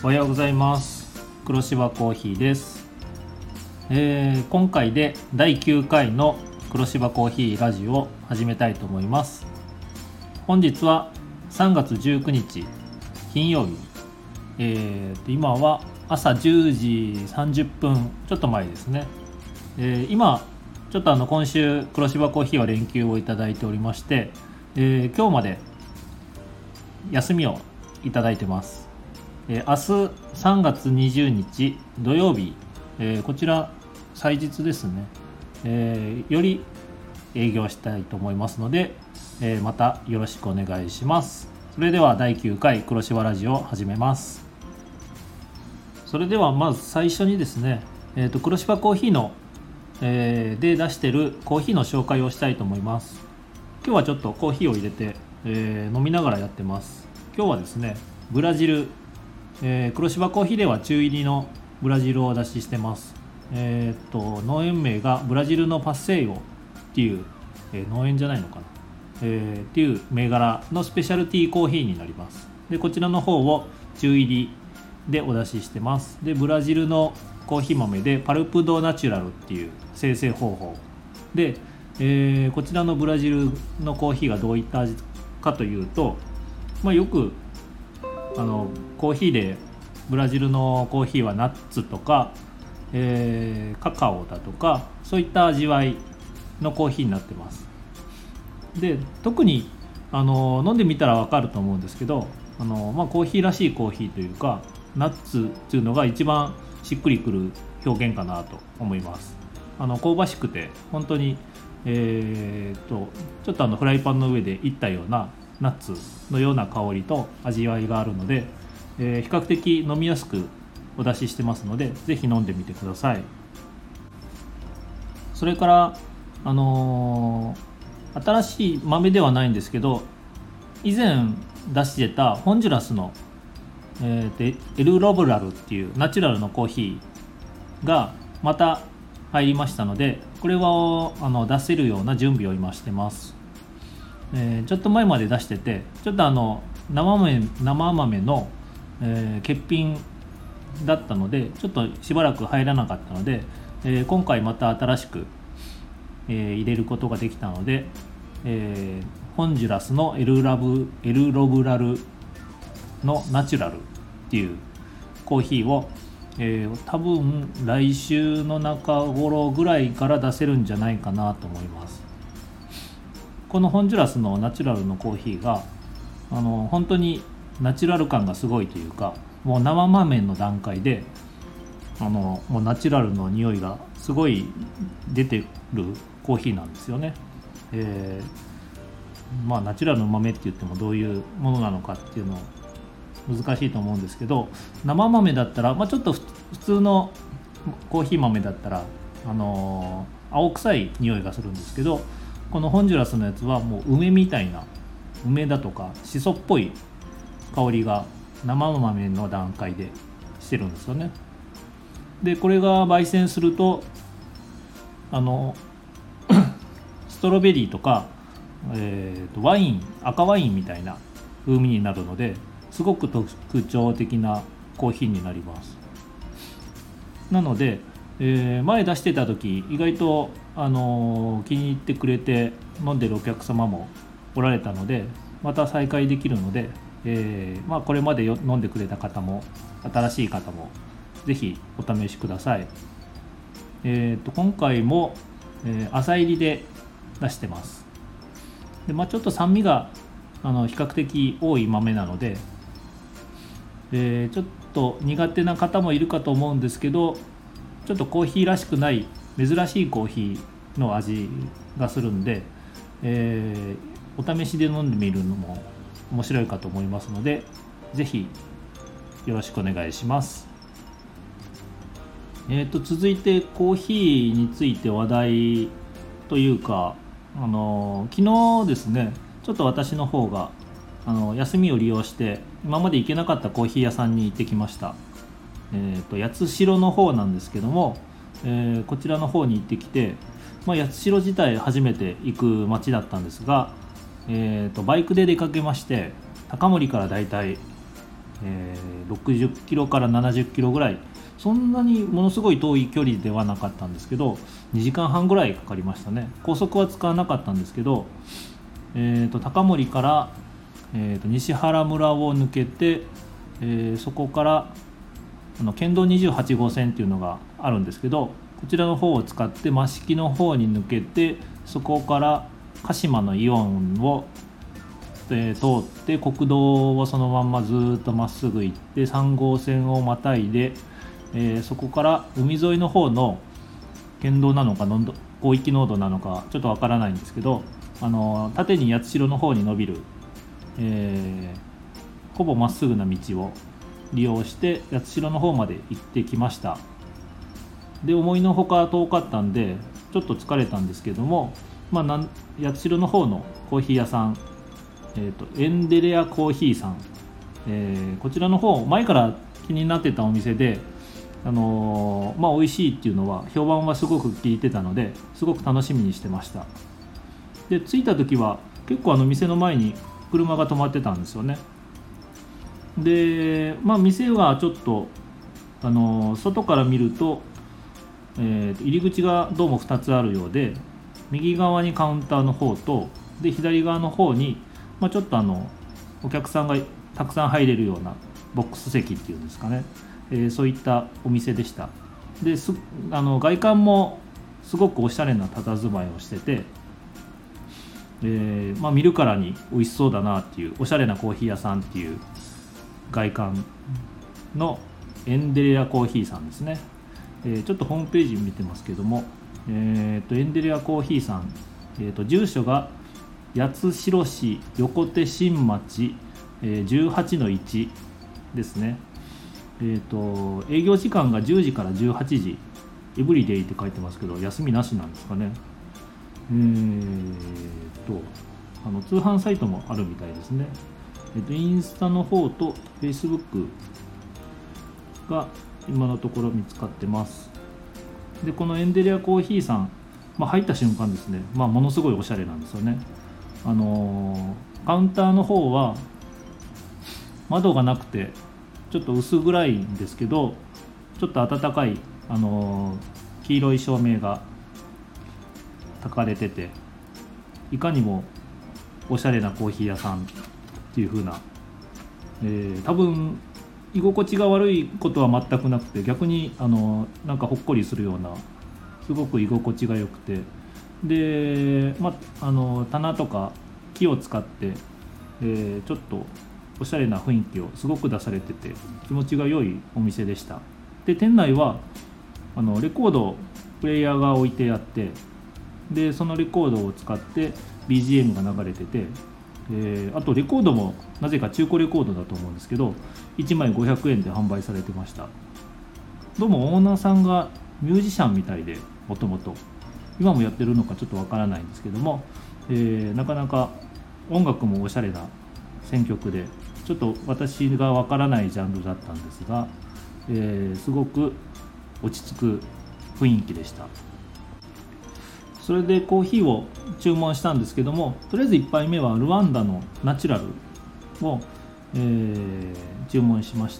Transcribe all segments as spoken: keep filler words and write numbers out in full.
おはようございます。黒柴コーヒーです。えー、今回でだいきゅうかいの黒柴コーヒーラジオを始めたいと思います。本日はさんがつじゅうくにち金曜日、えー、今は朝じゅうじさんじゅっぷんちょっと前ですね。えー、今ちょっとあの今週黒柴コーヒーは連休をいただいておりまして、えー、今日まで休みをいただいてます。えー、明日さんがつにじゅうにち土曜日、えー、こちら祭日ですね、えー、より営業したいと思いますので、えー、またよろしくお願いします。それではだいきゅうかい黒柴ラジオを始めます。それではまず最初にですね、えー、と黒柴コーヒーの、えー、で出しているコーヒーの紹介をしたいと思います。今日はちょっとコーヒーを入れて、えー、飲みながらやってます。今日はですねブラジル、えー、黒柴コーヒーでは中入りのブラジルをお出ししてます。えー、っと農園名がブラジルのパッセイオっていう、えー、農園じゃないのかな、えー、っていう銘柄のスペシャルティーコーヒーになります。でこちらの方を中入りでお出ししてます。でブラジルのコーヒー豆でパルプドナチュラルっていう生成方法で、えー、こちらのブラジルのコーヒーがどういった味かというと、まあ、よくあのコーヒーでブラジルのコーヒーはナッツとか、えー、カカオだとかそういった味わいのコーヒーになってます。で特にあの飲んでみたら分かると思うんですけど、あの、まあ、コーヒーらしいコーヒーというかナッツっていうのが一番しっくりくる表現かなと思います。あの香ばしくて本当に、えー、とちょっとあのフライパンの上でいったようなナッツのような香りと味わいがあるので、えー、比較的飲みやすくお出ししてますのでぜひ飲んでみてください。それからあのー、新しい豆ではないんですけど以前出してたホンジュラスの、えー、エルロブラルっていうナチュラルのコーヒーがまた入りましたので、これはあの出せるような準備を今してます。えー、ちょっと前まで出しててちょっとあの生豆、生豆の、えー、欠品だったのでちょっとしばらく入らなかったので、えー、今回また新しく、えー、入れることができたので、えー、ホンジュラスのエルラブ、エルロブラルのナチュラルっていうコーヒーを、えー、多分来週の中頃ぐらいから出せるんじゃないかなと思います。このホンジュラスのナチュラルのコーヒーがあの本当にナチュラル感がすごいというか、もう生豆の段階であのもうナチュラルの匂いがすごい出てるコーヒーなんですよね。えー、まあナチュラルの豆って言ってもどういうものなのかっていうの難しいと思うんですけど、生豆だったら、まあ、ちょっと普通のコーヒー豆だったらあの青臭い匂いがするんですけど、このホンジュラスのやつはもう梅みたいな、梅だとかシソっぽい香りが生豆の段階でしてるんですよね。でこれが焙煎するとあのストロベリーとか、えー、とワイン、赤ワインみたいな風味になるのですごく特徴的なコーヒーになります。なので、えー、前出してた時意外と、あのー、気に入ってくれて飲んでるお客様もおられたのでまた再開できるので、えーまあ、これまでよ飲んでくれた方も新しい方もぜひお試しください。えー、と今回も、えー、朝入りで出してます。で、まあ、ちょっと酸味があの比較的多い豆なので、えー、ちょっと苦手な方もいるかと思うんですけど、ちょっとコーヒーらしくない珍しいコーヒーの味がするんで、えー、お試しで飲んでみるのも面白いかと思いますのでぜひよろしくお願いします。えー、と続いてコーヒーについて話題というか、あの昨日ですねちょっと私の方があの休みを利用して今まで行けなかったコーヒー屋さんに行ってきました。えー、と八代の方なんですけども、えー、こちらの方に行ってきて、まあ、八代自体初めて行く街だったんですが、えー、とバイクで出かけまして高森からだいたいえー、ろくじゅっキロからななじゅっキロぐらい、そんなにものすごい遠い距離ではなかったんですけど、にじかんはんぐらいかかりましたね。高速は使わなかったんですけど、えー、と高森から、えー、と西原村を抜けて、えー、そこからあの県道にじゅうはち号線っていうのがあるんですけど、こちらの方を使って益城の方に抜けて、そこから鹿島のイオンを、えー、通って国道をそのまんまずっとまっすぐ行ってさん号線をまたいで、えー、そこから海沿いの方の県道なのか広域農道なのかちょっとわからないんですけど、あの縦に八代の方に伸びる、えー、ほぼまっすぐな道を利用して八代の方まで行ってきました。で思いのほか遠かったんでちょっと疲れたんですけども、まあ、なん八代の方のコーヒー屋さん、えーと、エンデレアコーヒーさん、えー、こちらの方前から気になってたお店で、あのー、まあ美味しいっていうのは評判はすごく聞いてたのですごく楽しみにしてました。で着いた時は結構あの店の前に車が止まってたんですよね。でまあ店はちょっと、あのー、外から見ると、えー、入り口がどうもふたつあるようで、右側にカウンターの方とで左側の方に、まあ、ちょっとあのお客さんがたくさん入れるようなボックス席っていうんですかね、えー、そういったお店でした。ですあの外観もすごくおしゃれな佇まいをしてて、えーまあ、見るからに美味しそうだなっていうおしゃれなコーヒー屋さんっていう外観のエンデレアコーヒーさんですね。えー、ちょっとホームページ見てますけども、えー、とエンデレアコーヒーさん、えー、と住所が八代市横手新町、えー、じゅうはちのいちですね。えー、と営業時間がじゅうじからじゅうはちじ、エブリデイって書いてますけど休みなしなんですかね。えー、とあの通販サイトもあるみたいですね。えー、とインスタの方とフェイスブックが今のところ見つかってます。でこのエンデレアコーヒーさん、まあ、入った瞬間ですね、まあ、ものすごいおしゃれなんですよね。あのー、カウンターの方は窓がなくてちょっと薄暗いんですけど、ちょっと暖かい、あのー、黄色い照明が焚かれてて、いかにもおしゃれなコーヒー屋さんっていう風な、えー、多分居心地が悪いことは全くなくて、逆にあのなんかほっこりするようなすごく居心地が良くて、で、まあ、あの棚とか木を使って、えー、ちょっとおしゃれな雰囲気をすごく出されてて気持ちが良いお店でした。で店内はあのレコードプレイヤーが置いてあって、でそのレコードを使って ビージーエム が流れてて、えー、あとレコードもなぜか中古レコードだと思うんですけどいちまいごひゃくえんで販売されてました。どうもオーナーさんがミュージシャンみたいで、もともと今もやってるのかちょっとわからないんですけども、えー、なかなか音楽もおしゃれな選曲でちょっと私がわからないジャンルだったんですが、えー、すごく落ち着く雰囲気でした。それでコーヒーを注文したんですけども、とりあえずいっぱいめはルワンダのナチュラルを、えー、注文しまして、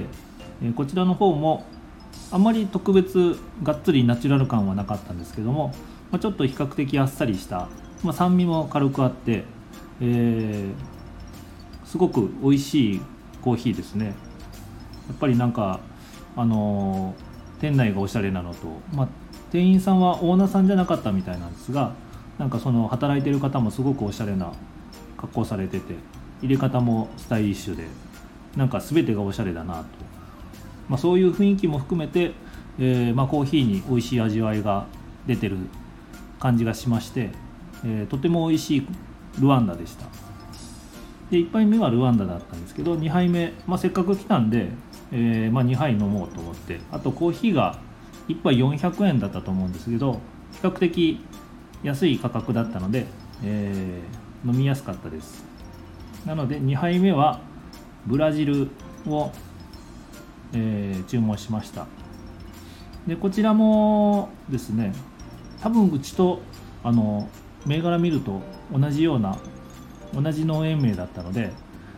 えー、こちらの方もあまり特別がっつりナチュラル感はなかったんですけども、まあ、ちょっと比較的あっさりした、まあ、酸味も軽くあって、えー、すごく美味しいコーヒーですね。やっぱりなんかあのー、店内がおしゃれなのと、まあ店員さんはオーナーさんじゃなかったみたいなんですが、なんかその働いてる方もすごくおしゃれな格好されてて、入れ方もスタイリッシュで、なんか全てがおしゃれだなと、まあ、そういう雰囲気も含めて、えーまあ、コーヒーに美味しい味わいが出てる感じがしまして、えー、とても美味しいルワンダでした。でいっぱいめはルワンダだったんですけど、にはいめ、まあ、せっかく来たんで、えーまあ、にはい飲もうと思って、あとコーヒーがいっぱいよんひゃくえんだったと思うんですけど、比較的安い価格だったので、えー、飲みやすかったです。なのでにはいめはブラジルを、えー、注文しました。でこちらもですね、多分うちとあの銘柄見ると同じような同じ農園名だったので、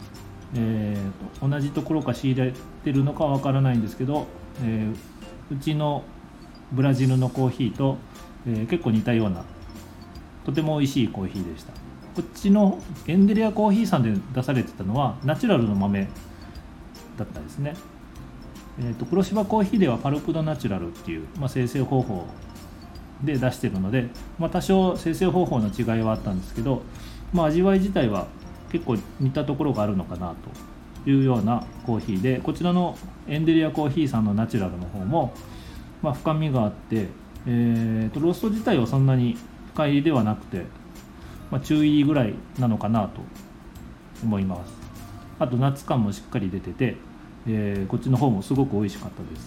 えーと同じところから仕入れてるのかわからないんですけど、えーうちのブラジルのコーヒーと、えー結構似たようなとても美味しいコーヒーでした。こっちのエンデリアコーヒーさんで出されてたのはナチュラルの豆だったんですね。えーと黒芝コーヒーではパルプドナチュラルっていう、まあ、生成方法で出してるので、まあ、多少生成方法の違いはあったんですけど、まあ、味わい自体は結構似たところがあるのかなというようなコーヒーで、こちらのエンデリアコーヒーさんのナチュラルの方も、まあ、深みがあって、えーとロースト自体はそんなに深入りではなくて、まあ、中入りぐらいなのかなと思います。あとナッツ感もしっかり出てて、えーこっちの方もすごく美味しかったです。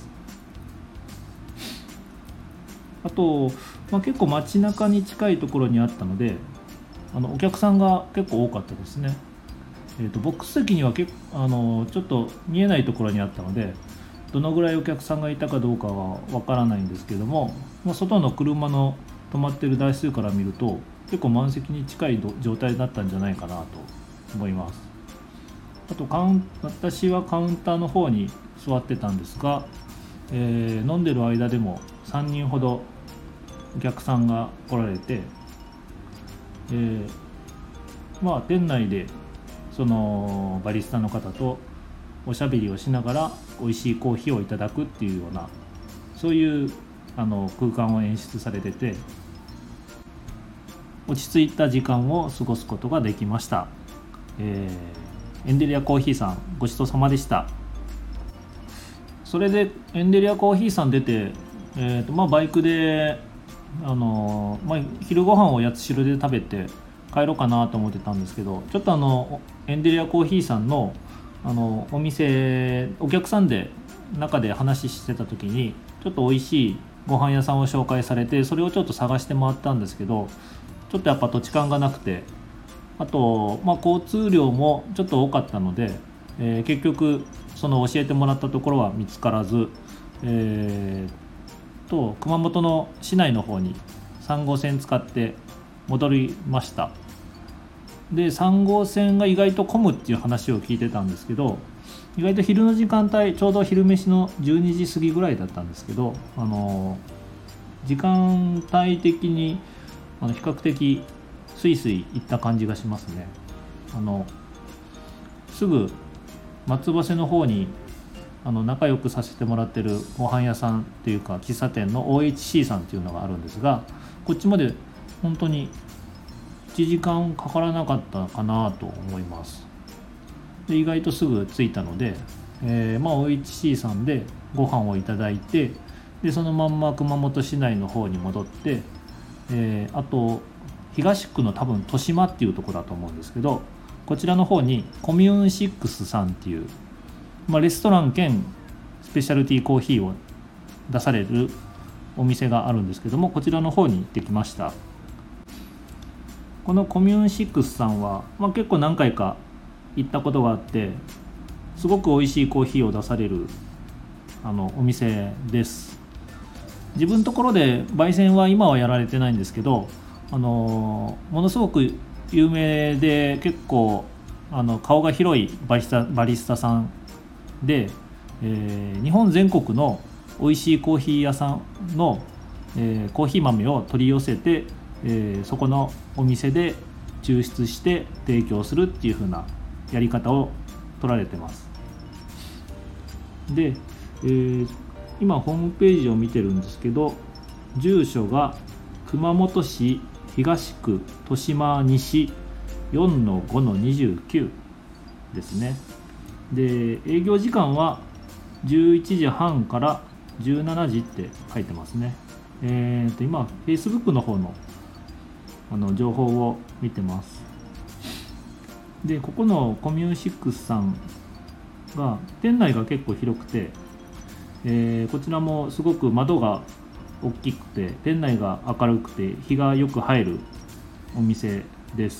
あと、まあ、結構街中に近いところにあったので、あのお客さんが結構多かったですね。えーとボックス席には結構あのちょっと見えないところにあったので、どのぐらいお客さんがいたかどうかはわからないんですけども、まあ、外の車の止まってる台数から見ると結構満席に近い状態だったんじゃないかなと思います。あとカウン私はカウンターの方に座ってたんですが、えー飲んでる間でもさんにんほどお客さんが来られて、えーまあ店内でそのバリスタの方とおしゃべりをしながら美味しいコーヒーをいただくっていうような、そういうあの空間を演出されてて、落ち着いた時間を過ごすことができました。えーエンデリアコーヒーさんごちそうさまでした。それでエンデリアコーヒーさん出て、えーとまあ、バイクで、あのまあ、昼ご飯を八代で食べて帰ろうかなと思ってたんですけど、ちょっとあのエンデリアコーヒーさんのあのお店、お客さんで中で話してた時にちょっと美味しいご飯屋さんを紹介されて、それをちょっと探して回ったんですけど、ちょっとやっぱ土地勘がなくて、あと、まあ、交通量もちょっと多かったので、えー結局その教えてもらったところは見つからず、えーと熊本の市内の方にさん号線使って戻りました。でさん号線が意外と混むっていう話を聞いてたんですけど、意外と昼の時間帯、ちょうど昼飯のじゅうにじ過ぎぐらいだったんですけど、あの時間帯的にあの比較的スイスイ行った感じがしますね。あのすぐ松葉瀬の方にあの仲良くさせてもらってるご飯屋さんっていうか喫茶店の オーエイチシー さんっていうのがあるんですが、こっちまで本当にいちじかんかからなかったかなと思います。で意外とすぐ着いたので、えーまあ、オーエイチシー さんでご飯をいただいて、でそのまんま熊本市内の方に戻って、えーあと東区の多分豊島っていうところだと思うんですけど、こちらの方にコミューンシックスさんっていう、まあ、レストラン兼スペシャルティーコーヒーを出されるお店があるんですけども、こちらの方に行ってきました。このコミューンシックスさんは、まあ、結構何回か行ったことがあって、すごく美味しいコーヒーを出されるあのお店です。自分のところで焙煎は今はやられてないんですけど、あのものすごく有名で結構あの顔が広いバリスタ、バリスタさんで、えー日本全国の美味しいコーヒー屋さんの、えーコーヒー豆を取り寄せて、えーそこのお店で抽出して提供するっていう風なやり方を取られてます。で、えー今ホームページを見てるんですけど、住所が熊本市東区豊島西 よんのごのにじゅうきゅう ですね。で営業時間はじゅういちじはんからじゅうしちじって書いてますね。えーと今 Facebook の方のあの情報を見てます。でここのコミューンシックスさんが店内が結構広くて、えーこちらもすごく窓が大きくて店内が明るくて日がよく入るお店です。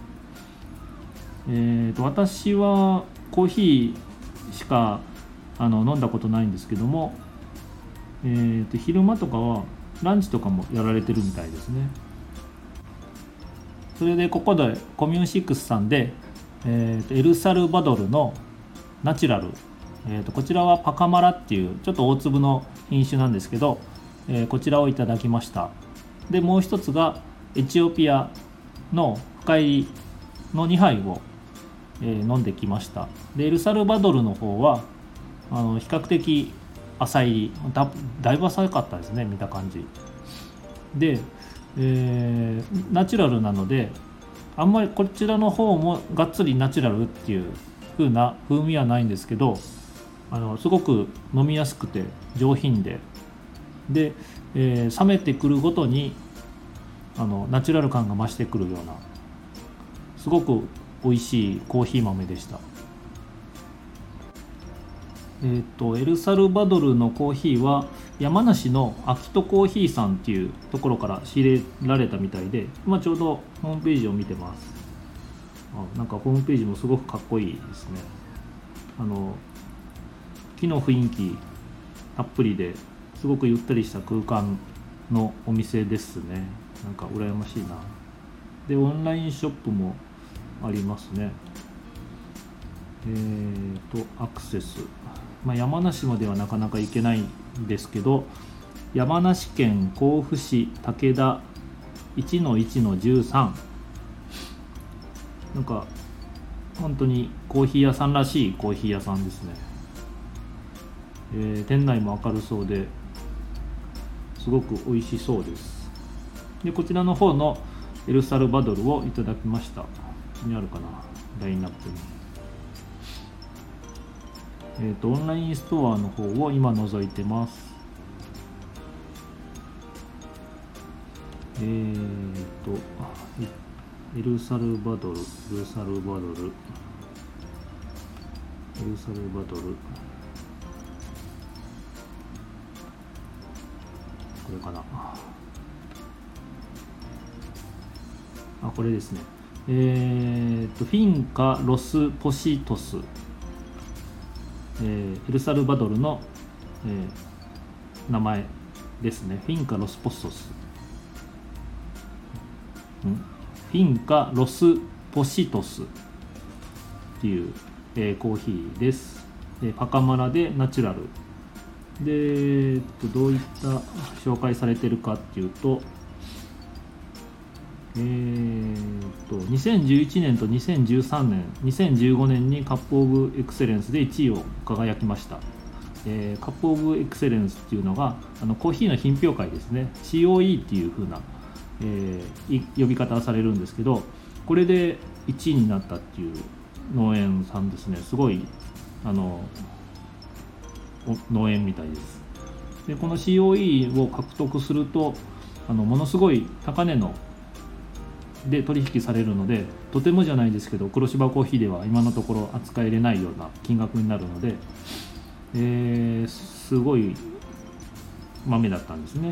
えーと私はコーヒーしかあの飲んだことないんですけども、えーと昼間とかはランチとかもやられてるみたいですね。それでここでコミューンシックスさんでえー、とエルサルバドルのナチュラル、えー、とこちらはパカマラっていうちょっと大粒の品種なんですけど、えーこちらをいただきました。でもう一つがエチオピアの深入りのにはいを、えー飲んできました。でエルサルバドルの方はあの比較的浅入り だ, だいぶ浅かったですね、見た感じで、えーナチュラルなのであんまりこちらの方もがっつりナチュラルっていう風な風味はないんですけど、あのすごく飲みやすくて上品でで、えー冷めてくるごとにあのナチュラル感が増してくるようなすごく美味しいコーヒー豆でした。えー、とエルサルバドルのコーヒーは山梨のアキトコーヒーさんっていうところから仕入れられたみたいで、今ちょうどホームページを見てます。あ、なんかホームページもすごくかっこいいですね。あの木の雰囲気たっぷりですごくゆったりした空間のお店ですね。なんか羨ましいな。でオンラインショップもありますね。えーとアクセス、まあ、山梨まではなかなか行けないんですけど、山梨県甲府市武田 いちのいちのじゅうさん、 なんか本当にコーヒー屋さんらしいコーヒー屋さんですね。えー店内も明るそうですごく美味しそうです。でこちらの方のエルサルバドルをいただきました。ここにあるかな、ラインナップに。えーとオンラインストアの方を今覗いてます。えーとエルサルバドルエルサルバドルエルサルバドルこれかなあ、これですね。えーとフィンカ・ロス・ポシトス、えーエルサルバドルの、えー名前ですね。フィンカ・ロス・ポシトスんフィンカ・ロス・ポシトスっていう、えーコーヒーです。でパカマラでナチュラルで、えっと、どういった紹介されてるかっていうと、えー、とにせんじゅういちねんとにせんじゅうさんねんにせんじゅうごねんにカップオブエクセレンスでいちいを輝きました。えーカップオブエクセレンスっていうのがあのコーヒーの品評会ですね。 シーオーイー っていう風な、えー呼び方はされるんですけど、これでいちいになったっていう農園さんですね。すごいあの農園みたいです。でこの シーオーイー を獲得するとあのものすごい高値ので取引されるので、とてもじゃないですけど黒芝コーヒーでは今のところ扱えれないような金額になるので、えー、すごい豆だったんですね。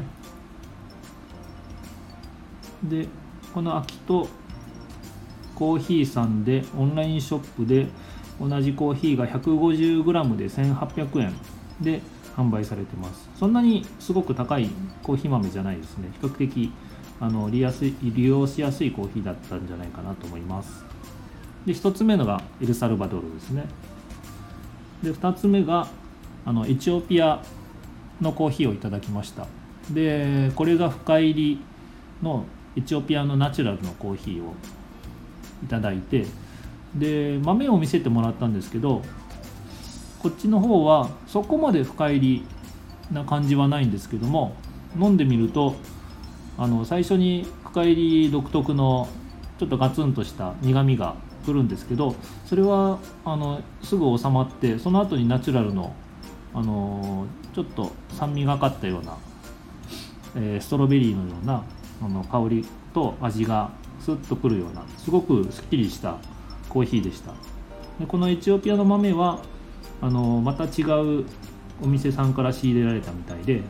でこの秋とコーヒーさんでオンラインショップで同じコーヒーが ひゃくごじゅうグラム でせんはっぴゃくえんで販売されてます。そんなにすごく高いコーヒー豆じゃないですね。比較的あの利やすい利用しやすいコーヒーだったんじゃないかなと思います。でひとつめのがエルサルバドルですね。でふたつめがあのエチオピアのコーヒーをいただきました。でこれが深入りのエチオピアのナチュラルのコーヒーをいただいて、で豆を見せてもらったんですけど、こっちの方はそこまで深入りな感じはないんですけども、飲んでみるとあの最初に深入り独特のちょっとガツンとした苦みがくるんですけど、それはあのすぐ収まって、その後にナチュラルの、あのちょっと酸味がかったような、えーストロベリーのようなあの香りと味がスッとくるような、すごくすっきりしたコーヒーでした。でこのエチオピアの豆はあのまた違うお店さんから仕入れられたみたいで、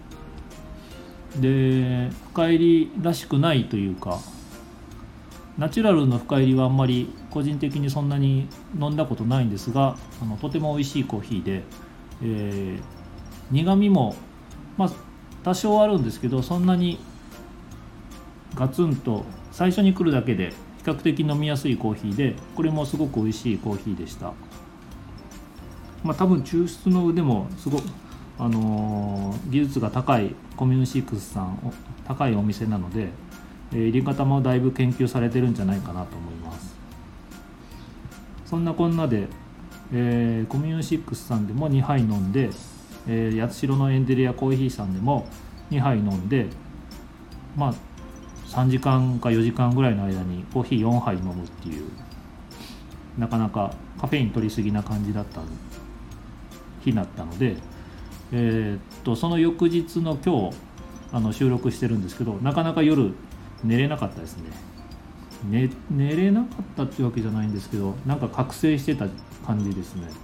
で深入りらしくないというか、ナチュラルの深入りはあんまり個人的にそんなに飲んだことないんですが、あのとても美味しいコーヒーで、えー苦みも、まあ、多少あるんですけど、そんなにガツンと最初に来るだけで較的飲みやすいコーヒーで、これもすごく美味しいコーヒーでした。まあ多分抽出の腕もすごく、あのー、技術が高いコミューンシックスさん、高いお店なので、えー、入れ方もだいぶ研究されてるんじゃないかなと思います。そんなこんなで、えー、コミューンシックスさんでもにはい飲んで、えー、八代のエンデリアコーヒーさんでもにはい飲んで、まあさんじかんかよじかんぐらいの間にコーヒーよんはい飲むっていう、なかなかカフェイン取りすぎな感じだった日だったので、えー、っとその翌日の今日あの収録してるんですけど、なかなか夜寝れなかったですね。寝, 寝れなかったっていうわけじゃないんですけど、なんか覚醒してた感じですね。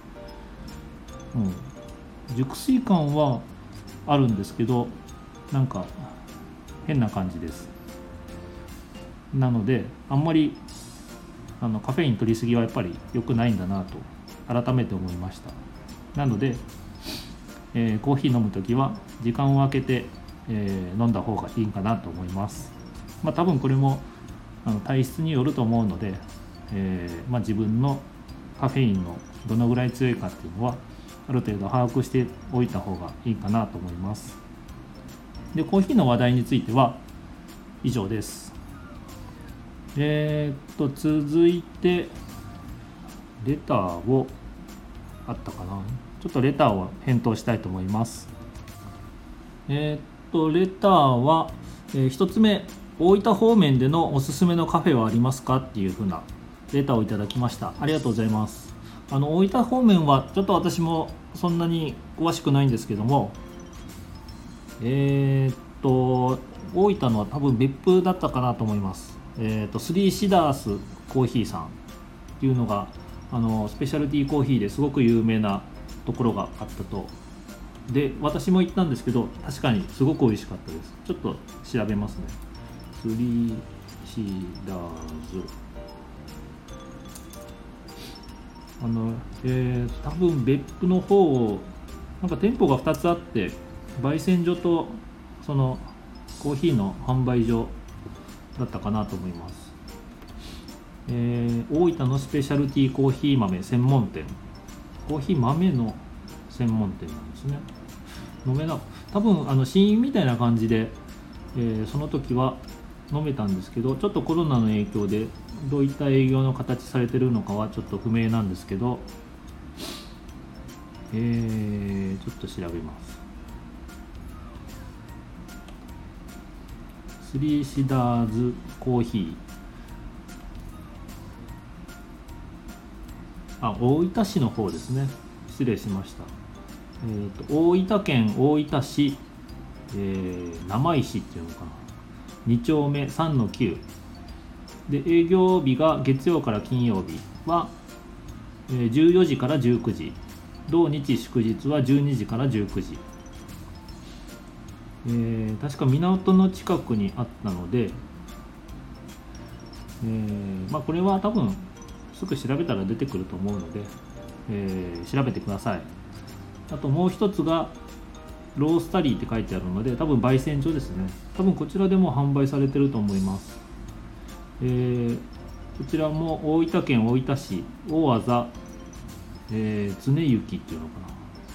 うん、熟睡感はあるんですけど、なんか変な感じです。なのであんまりあのカフェイン取りすぎはやっぱり良くないんだなと改めて思いました。なので、えー、コーヒー飲むときは時間を空けて、えー、飲んだ方がいいかなと思います。まあ多分これもあの体質によると思うので、えーまあ、自分のカフェインのどのぐらい強いかっていうのはある程度把握しておいた方がいいかなと思います。で、コーヒーの話題については以上です。えー、っと続いてレターをあったかなちょっとレターを返答したいと思います。えー、っとレターは、えー、ひとつめ、大分方面でのおすすめのカフェはありますかっていう風なレターをいただきました。ありがとうございます。あの大分方面はちょっと私もそんなに詳しくないんですけども、えー、っと大分のは多分別府だったかなと思います。えー、っとスリーシダースコーヒーさんっていうのがあのスペシャルティーコーヒーですごく有名なところがあったと。で、私も行ったんですけど、確かにすごく美味しかったです。ちょっと調べますね。スリーシダーズ、あの、えー、多分別府の方、なんか店舗がふたつあって、焙煎所とそのコーヒーの販売所だったかなと思います。えー、大分のスペシャルティーコーヒー豆専門店、コーヒー豆の専門店なんですね。飲めな、多分あの試飲みたいな感じで、えー、その時は飲めたんですけど、ちょっとコロナの影響でどういった営業の形されてるのかはちょっと不明なんですけど、えー、ちょっと調べます。スリーシダーズコーヒー、あ、大分市の方ですね。失礼しました。えーと、大分県大分市、えー、生石っていうのかな、に丁目 さんのきゅうで、営業日が月曜から金曜日は、えー、じゅうよじからじゅうくじ、土日祝日はじゅうにじからじゅうくじ、えー、確か港の近くにあったので、えーまあ、これは多分すぐ調べたら出てくると思うので、えー、調べてください。あともう一つがロースタリーって書いてあるので、多分焙煎所ですね。多分こちらでも販売されてると思います。えー、こちらも大分県大分市大あざ、えー、常雪っていうのかな、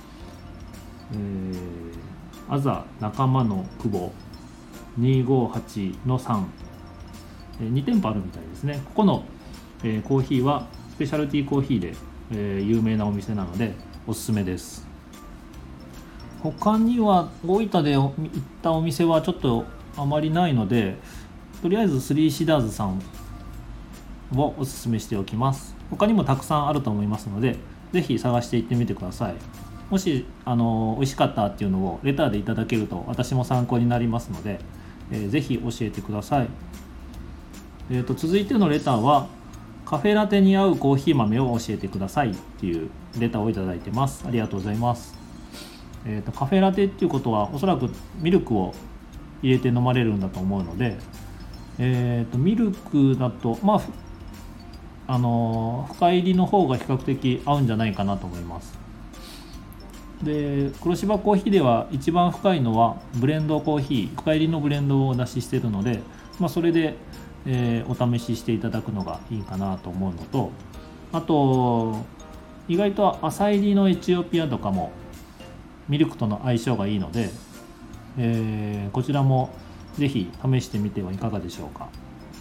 えー、あざ仲間の久保にーごーはちのさん、えー、に店舗あるみたいですね。ここの、えー、コーヒーはスペシャルティーコーヒーで、えー、有名なお店なのでおすすめです。他には大分で行ったお店はちょっとあまりないので、とりあえずスリーシダーズさんをおすすめしておきます。他にもたくさんあると思いますので、ぜひ探していってみてください。もしあの美味しかったっていうのをレターでいただけると私も参考になりますので、えー、ぜひ教えてください。えーと、続いてのレターは、カフェラテに合うコーヒー豆を教えてくださいっていうレターをいただいてます。ありがとうございます。えーと、カフェラテっていうことはおそらくミルクを入れて飲まれるんだと思うので、えーと、ミルクだとまああのー、深入りの方が比較的合うんじゃないかなと思います。で、黒芝コーヒーでは一番深いのはブレンドコーヒー、深入りのブレンドをお出ししているので、まあ、それで、 えー、お試ししていただくのがいいかなと思うのと、あと意外と浅入りのエチオピアとかもミルクとの相性がいいので、えー、こちらもぜひ試してみてはいかがでしょうか。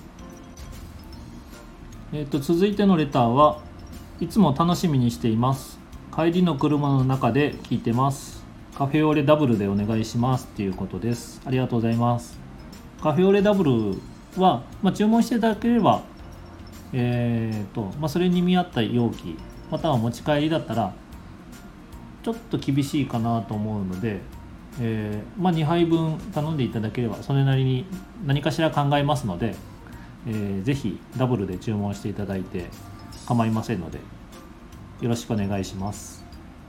えー、と続いてのレターはいつも楽しみにしています。帰りの車の中で聞いてます。カフェオレダブルでお願いしますっていうことです。ありがとうございます。カフェオレダブルは、まあ、注文していただければ、えーとまあ、それに見合った容器または持ち帰りだったらちょっと厳しいかなと思うので、えーまあ、にはいぶん頼んでいただければそれなりに何かしら考えますので、えー、ぜひダブルで注文していただいて構いませんのでよろしくお願いします。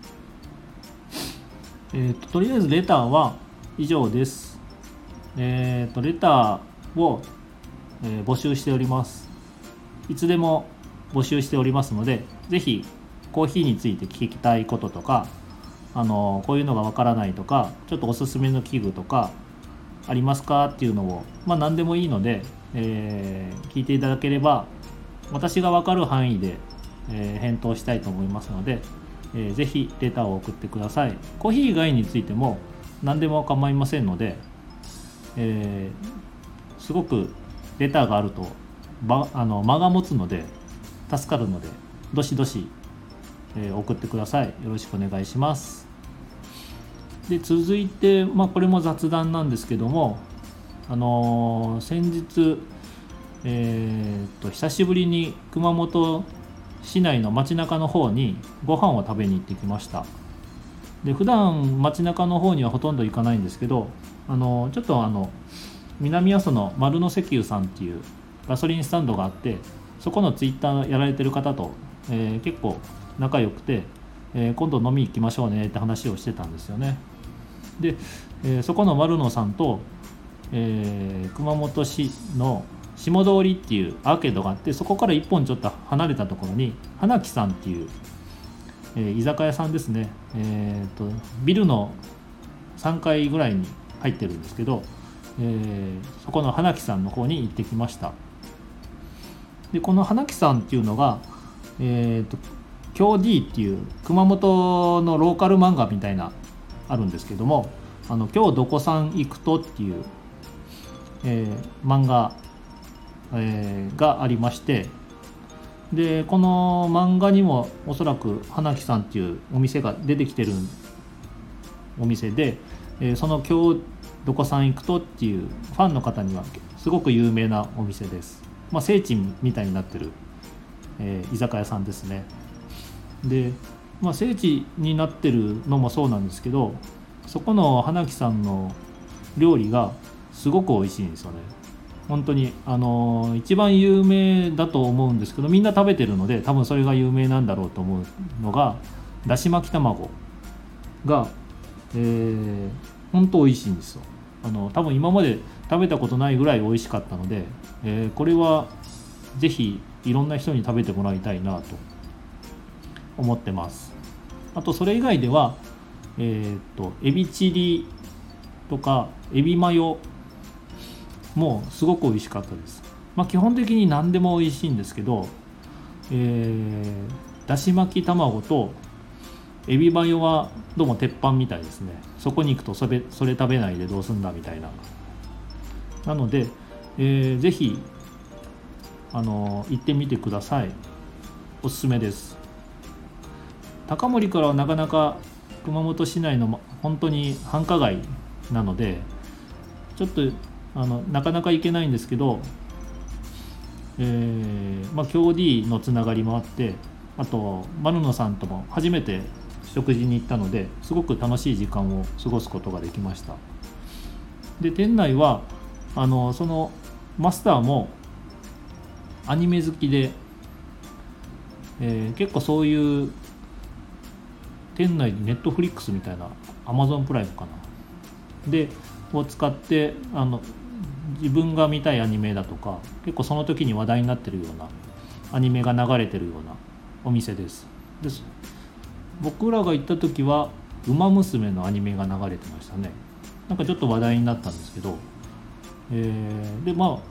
えーと、とりあえずレターは以上です。えーと、レターを、えー募集しております。いつでも募集しておりますので、ぜひコーヒーについて聞きたいこととか、あのこういうのがわからないとか、ちょっとおすすめの器具とかありますかっていうのを、まあ、何でもいいので、えー聞いていただければ私がわかる範囲で、えー返答したいと思いますので、えーぜひレターを送ってください。コーヒー以外についても何でも構いませんので、えーすごくレターがあるとばあの間が持つので助かるので、どしどし、えー送ってください。よろしくお願いします。で続いて、まあ、これも雑談なんですけども、あのー先日、えー、と久しぶりに熊本市内の街中の方にご飯を食べに行ってきました。で普段街中の方にはほとんど行かないんですけど、あのーちょっとあの南阿蘇の丸の石油さんっていうガソリンスタンドがあって、そこのツイッターやられてる方と、えー結構仲良くて、えー今度飲み行きましょうねって話をしてたんですよね。で、えーそこの丸野さんと、えー熊本市の下通りっていうアーケードがあって、そこから一本ちょっと離れたところに花木さんっていう、えー居酒屋さんですね、えーとビルのさんがいぐらいに入ってるんですけど、えーそこの花木さんの方に行ってきました。でこの花木さんっていうのが、えーと京 D っていう熊本のローカル漫画みたいなあるんですけども、あの今日どこさん行くとっていう、えー漫画、えーがありまして、でこの漫画にもおそらく花木さんっていうお店が出てきてるお店で、えーその今日どこさん行くとっていうファンの方にはすごく有名なお店です。まあ、聖地みたいになってる、えー居酒屋さんですね。で、まあ、聖地になってるのもそうなんですけど、そこの花木さんの料理がすごく美味しいんですよね。本当にあのー一番有名だと思うんですけど、みんな食べてるので多分それが有名なんだろうと思うのがだし巻き卵が、えー、本当美味しいんですよ。あの多分今まで食べたことないぐらい美味しかったので、えーこれはぜひいろんな人に食べてもらいたいなと思ってます。あとそれ以外では、えー、とエビチリとかエビマヨもすごく美味しかったです。まあ、基本的に何でも美味しいんですけど、えー、だし巻き卵とエビマヨはどうも鉄板みたいですね。そこに行くとそれ、それ食べないでどうすんだみたいな。なので、えー、ぜひあの行ってみてください。おすすめです。高森からはなかなか熊本市内の本当に繁華街なのでちょっとあのなかなか行けないんですけど、えーまあ、京 D のつながりもあって、あと丸野さんとも初めて食事に行ったのですごく楽しい時間を過ごすことができました。で店内はあのそのマスターもアニメ好きで、えー結構そういう店内にネットフリックスみたいなアマゾンプライムかなでを使ってあの自分が見たいアニメだとか結構その時に話題になってるようなアニメが流れてるようなお店です。です。僕らが行った時はウマ娘のアニメが流れてましたね。なんかちょっと話題になったんですけど、えーでまあ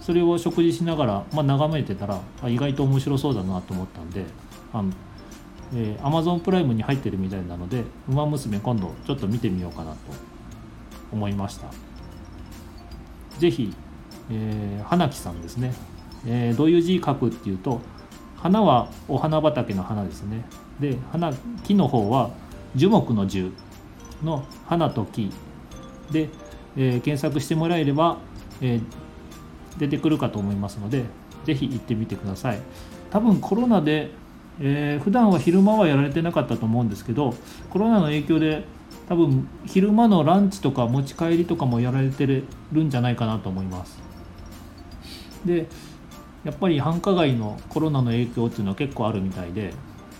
それを食事しながら、まあ、眺めてたら意外と面白そうだなと思ったんで、あの、えー、Amazon プライムに入ってるみたいなのでウマ娘今度ちょっと見てみようかなと思いました。ぜひ、えー、花木さんですね、えー、どういう字書くっていうと、花はお花畑の花ですね。で花木の方は樹木の樹の花と木で、えー、検索してもらえれば、えー、出てくるかと思いますので、ぜひ行ってみてください。多分コロナで、えー、普段は昼間はやられてなかったと思うんですけど、コロナの影響で多分昼間のランチとか持ち帰りとかもやられてるんじゃないかなと思います。でやっぱり繁華街のコロナの影響っていうのは結構あるみたいで、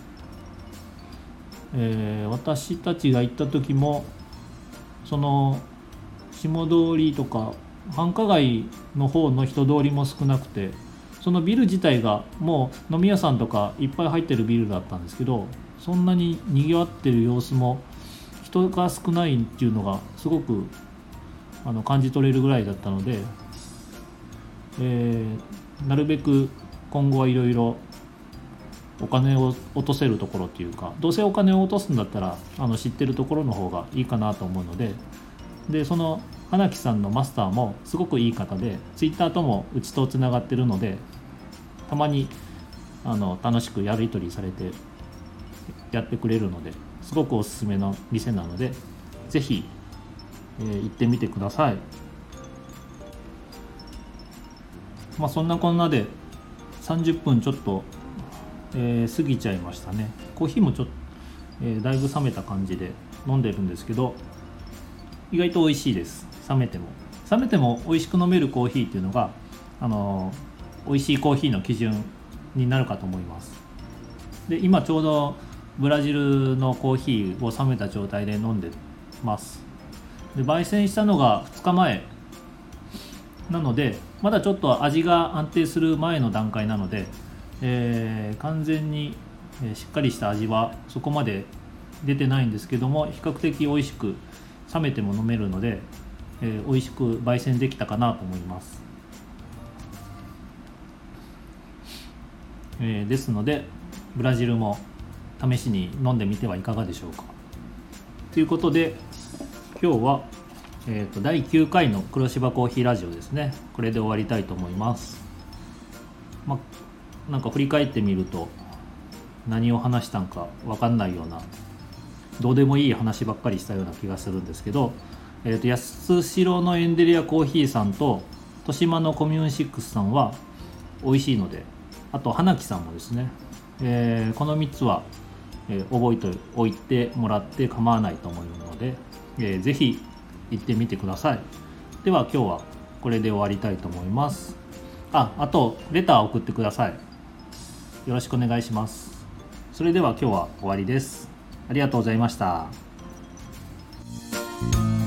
えー、私たちが行った時もその下通りとか繁華街の方の人通りも少なくて、そのビル自体がもう飲み屋さんとかいっぱい入ってるビルだったんですけど、そんなに賑わってる様子も人が少ないっていうのがすごくあの感じ取れるぐらいだったので、えー、なるべく今後はいろいろお金を落とせるところっていうか、どうせお金を落とすんだったらあの知ってるところの方がいいかなと思うので、でその花木さんのマスターもすごくいい方で、ツイッターともうちとつながってるので、たまにあの楽しくやり取りされてやってくれるので、すごくおすすめの店なので、ぜひ、えー、行ってみてください。まあそんなこんなでさんじゅっぷんちょっと、えー、過ぎちゃいましたね。コーヒーもちょっと、えー、だいぶ冷めた感じで飲んでるんですけど、意外と美味しいです。冷めても冷めても美味しく飲めるコーヒーっていうのが、あのー、美味しいコーヒーの基準になるかと思います。で今ちょうどブラジルのコーヒーを冷めた状態で飲んでます。で焙煎したのがふつかまえなので、まだちょっと味が安定する前の段階なので、えー、完全にしっかりした味はそこまで出てないんですけども、比較的美味しく冷めても飲めるので、えー、美味しく焙煎できたかなと思います。えー、ですのでブラジルも試しに飲んでみてはいかがでしょうか。ということで今日は、えー、とだいきゅうかいの黒芝コーヒーラジオですね、これで終わりたいと思います。まあ、なんか振り返ってみると何を話したんか分かんないような、どうでもいい話ばっかりしたような気がするんですけど、えー、と安代のエンデリアコーヒーさんと豊島のコミューンシックスさんは美味しいので、あと花木さんもですね、えー、このみっつは、えー、覚えておいてもらって構わないと思うので、えー、ぜひ行ってみてください。では今日はこれで終わりたいと思います。あ、あとレター送ってください。よろしくお願いします。それでは今日は終わりです。ありがとうございました。